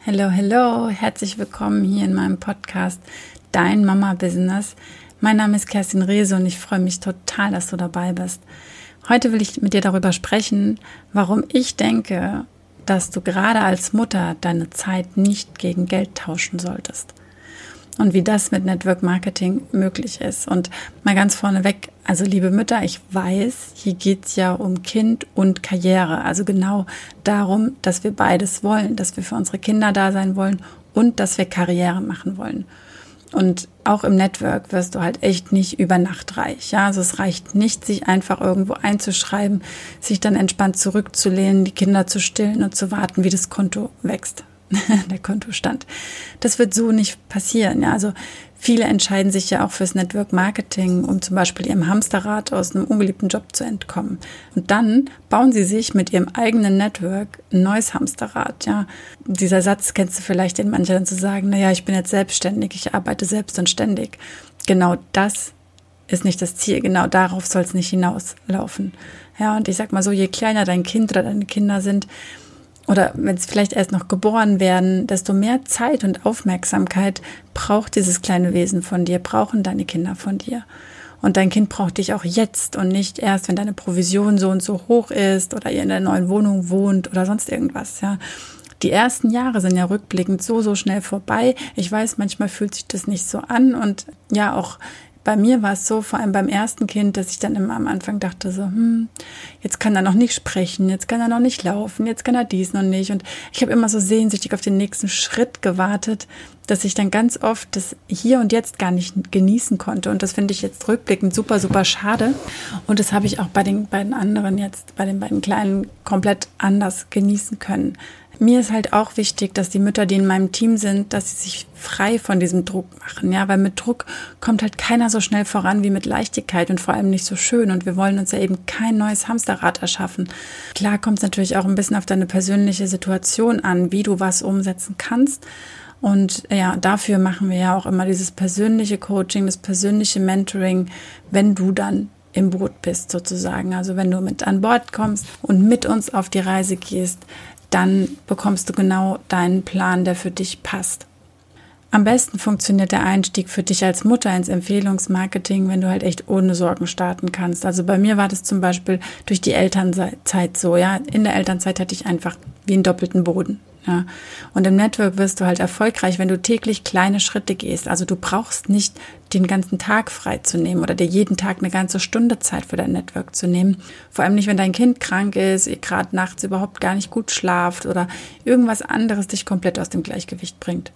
Hello, hello, herzlich willkommen hier in meinem Podcast Dein Mama-Business. Mein Name ist Kerstin Rehse und ich freue mich total, dass du dabei bist. Heute will ich mit dir darüber sprechen, warum ich denke, dass du gerade als Mutter deine Zeit nicht gegen Geld tauschen solltest. Und wie das mit Network Marketing möglich ist. Und mal ganz vorneweg, also liebe Mütter, ich weiß, hier geht's ja um Kind und Karriere. Also genau darum, dass wir beides wollen, dass wir für unsere Kinder da sein wollen und dass wir Karriere machen wollen. Und auch im Network wirst du halt echt nicht über Nacht reich. Ja, also es reicht nicht, sich einfach irgendwo einzuschreiben, sich dann entspannt zurückzulehnen, die Kinder zu stillen und zu warten, wie das Konto wächst. Der Kontostand. Das wird so nicht passieren. Ja, also viele entscheiden sich ja auch fürs Network Marketing, um zum Beispiel ihrem Hamsterrad aus einem ungeliebten Job zu entkommen. Und dann bauen sie sich mit ihrem eigenen Network ein neues Hamsterrad. Ja, dieser Satz kennst du vielleicht, den manche dann zu sagen, naja, ich bin jetzt selbstständig, ich arbeite selbst und ständig. Genau das ist nicht das Ziel. Genau darauf soll es nicht hinauslaufen. Ja, und ich sag mal so, je kleiner dein Kind oder deine Kinder sind, oder wenn sie vielleicht erst noch geboren werden, desto mehr Zeit und Aufmerksamkeit braucht dieses kleine Wesen von dir, brauchen deine Kinder von dir. Und dein Kind braucht dich auch jetzt und nicht erst, wenn deine Provision so und so hoch ist oder ihr in der neuen Wohnung wohnt oder sonst irgendwas. Ja. Die ersten Jahre sind ja rückblickend so schnell vorbei. Ich weiß, manchmal fühlt sich das nicht so an und ja, auch bei mir war es so, vor allem beim ersten Kind, dass ich dann immer am Anfang dachte so, jetzt kann er noch nicht sprechen, jetzt kann er noch nicht laufen, jetzt kann er dies noch nicht. Und ich habe immer so sehnsüchtig auf den nächsten Schritt gewartet, dass ich dann ganz oft das Hier und Jetzt gar nicht genießen konnte. Und das finde ich jetzt rückblickend super schade. Und das habe ich auch bei den beiden anderen jetzt, bei den beiden Kleinen komplett anders genießen können. Mir ist halt auch wichtig, dass die Mütter, die in meinem Team sind, dass sie sich frei von diesem Druck machen. Ja, weil mit Druck kommt halt keiner so schnell voran wie mit Leichtigkeit und vor allem nicht so schön. Und wir wollen uns ja eben kein neues Hamsterrad erschaffen. Klar kommt es natürlich auch ein bisschen auf deine persönliche Situation an, wie du was umsetzen kannst. Und ja, dafür machen wir ja auch immer dieses persönliche Coaching, das persönliche Mentoring, wenn du dann im Boot bist sozusagen. Also wenn du mit an Bord kommst und mit uns auf die Reise gehst, dann bekommst du genau deinen Plan, der für dich passt. Am besten funktioniert der Einstieg für dich als Mutter ins Empfehlungsmarketing, wenn du halt echt ohne Sorgen starten kannst. Also bei mir war das zum Beispiel durch die Elternzeit so. Ja, in der Elternzeit hatte ich einfach wie einen doppelten Boden. Ja. Und im Network wirst du halt erfolgreich, wenn du täglich kleine Schritte gehst. Also du brauchst nicht den ganzen Tag frei zu nehmen oder dir jeden Tag eine ganze Stunde Zeit für dein Network zu nehmen. Vor allem nicht, wenn dein Kind krank ist, ihr gerade nachts überhaupt gar nicht gut schlaft oder irgendwas anderes dich komplett aus dem Gleichgewicht bringt.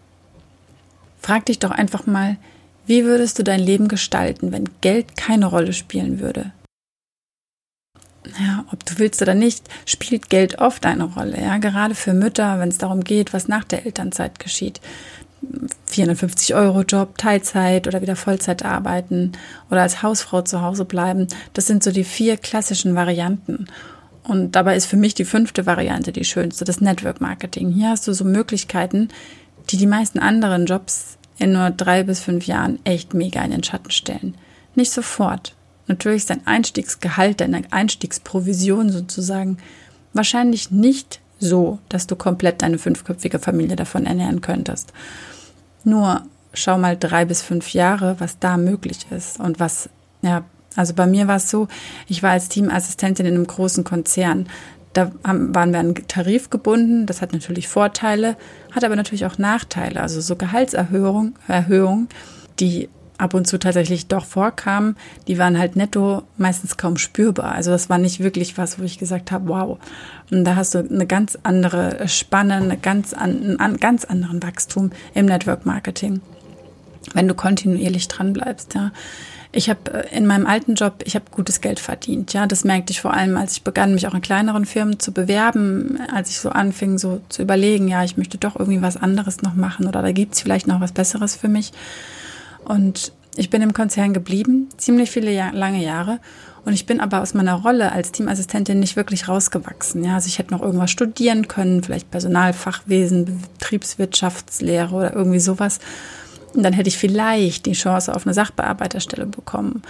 Frag dich doch einfach mal, wie würdest du dein Leben gestalten, wenn Geld keine Rolle spielen würde? Ja, ob du willst oder nicht, spielt Geld oft eine Rolle. Ja, gerade für Mütter, wenn es darum geht, was nach der Elternzeit geschieht. 450-Euro-Job, Teilzeit oder wieder Vollzeit arbeiten oder als Hausfrau zu Hause bleiben. Das sind so die 4 klassischen Varianten. Und dabei ist für mich die 5. Variante die schönste, das Network Marketing. Hier hast du so Möglichkeiten, die meisten anderen Jobs in nur 3 bis 5 Jahren echt mega in den Schatten stellen. Nicht sofort. Natürlich ist dein Einstiegsgehalt, deine Einstiegsprovision sozusagen wahrscheinlich nicht so, dass du komplett deine 5-köpfige Familie davon ernähren könntest. Nur schau mal 3 bis 5 Jahre, was da möglich ist und was, ja, also bei mir war es so, ich war als Teamassistentin in einem großen Konzern. Da waren wir an Tarif gebunden, das hat natürlich Vorteile, hat aber natürlich auch Nachteile, also so Gehaltserhöhungen, die ab und zu tatsächlich doch vorkamen, die waren halt netto meistens kaum spürbar. Also das war nicht wirklich was, wo ich gesagt habe, wow. Und da hast du eine ganz andere Spanne, einen ganz anderen Wachstum im Network Marketing, wenn du kontinuierlich dran bleibst. Ja. Ich habe in meinem alten Job, ich habe gutes Geld verdient. Ja, das merkte ich vor allem, als ich begann, mich auch in kleineren Firmen zu bewerben, als ich so anfing, so zu überlegen, ja, ich möchte doch irgendwie was anderes noch machen oder da gibt's vielleicht noch was Besseres für mich. Und ich bin im Konzern geblieben, ziemlich viele lange Jahre. Und ich bin aber aus meiner Rolle als Teamassistentin nicht wirklich rausgewachsen. Ja, also ich hätte noch irgendwas studieren können, vielleicht Personalfachwesen, Betriebswirtschaftslehre oder irgendwie sowas. Und dann hätte ich vielleicht die Chance auf eine Sachbearbeiterstelle bekommen.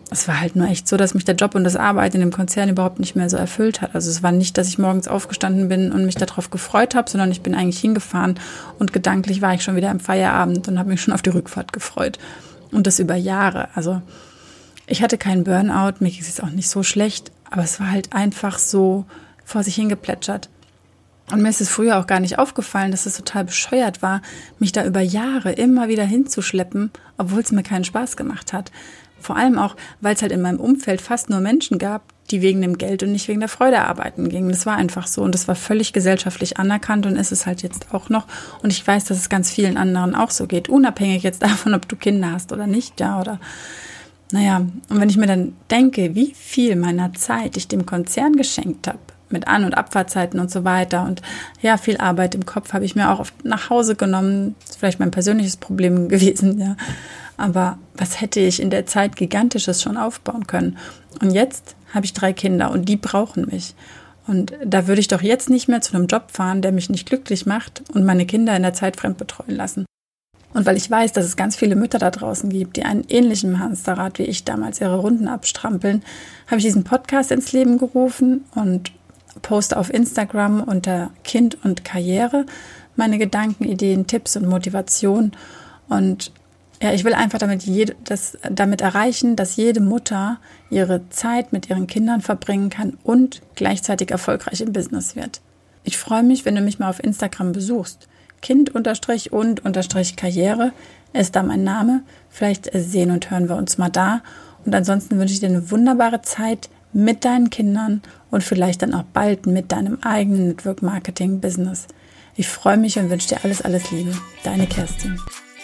es war halt nur echt so, dass mich der Job und das Arbeiten in dem Konzern überhaupt nicht mehr so erfüllt hat. Also es war nicht, dass ich morgens aufgestanden bin und mich darauf gefreut habe, sondern ich bin eigentlich hingefahren und gedanklich war ich schon wieder im Feierabend und habe mich schon auf die Rückfahrt gefreut. Und das über Jahre. Also ich hatte keinen Burnout, mir ging es jetzt auch nicht so schlecht, aber es war halt einfach so vor sich hingeplätschert. Und mir ist es früher auch gar nicht aufgefallen, dass es total bescheuert war, mich da über Jahre immer wieder hinzuschleppen, obwohl es mir keinen Spaß gemacht hat. Vor allem auch, weil es halt in meinem Umfeld fast nur Menschen gab, die wegen dem Geld und nicht wegen der Freude arbeiten gingen. Das war einfach so und das war völlig gesellschaftlich anerkannt und ist es halt jetzt auch noch. Und ich weiß, dass es ganz vielen anderen auch so geht, unabhängig jetzt davon, ob du Kinder hast oder nicht, ja, oder naja. Und wenn ich mir dann denke, wie viel meiner Zeit ich dem Konzern geschenkt habe, mit An- und Abfahrtzeiten und so weiter und ja, viel Arbeit im Kopf habe ich mir auch oft nach Hause genommen. Das ist vielleicht mein persönliches Problem gewesen, ja. Aber was hätte ich in der Zeit Gigantisches schon aufbauen können? Und jetzt habe ich 3 Kinder und die brauchen mich. Und da würde ich doch jetzt nicht mehr zu einem Job fahren, der mich nicht glücklich macht und meine Kinder in der Zeit fremdbetreuen lassen. Und weil ich weiß, dass es ganz viele Mütter da draußen gibt, die einen ähnlichen Hamsterrad wie ich damals ihre Runden abstrampeln, habe ich diesen Podcast ins Leben gerufen und poste auf Instagram unter Kind und Karriere meine Gedanken, Ideen, Tipps und Motivation. Und ja, ich will einfach damit erreichen, dass jede Mutter ihre Zeit mit ihren Kindern verbringen kann und gleichzeitig erfolgreich im Business wird. Ich freue mich, wenn du mich mal auf Instagram besuchst. Kind_und_Karriere ist da mein Name. Vielleicht sehen und hören wir uns mal da. Und ansonsten wünsche ich dir eine wunderbare Zeit mit deinen Kindern und vielleicht dann auch bald mit deinem eigenen Network-Marketing-Business. Ich freue mich und wünsche dir alles, alles Liebe. Deine Kerstin.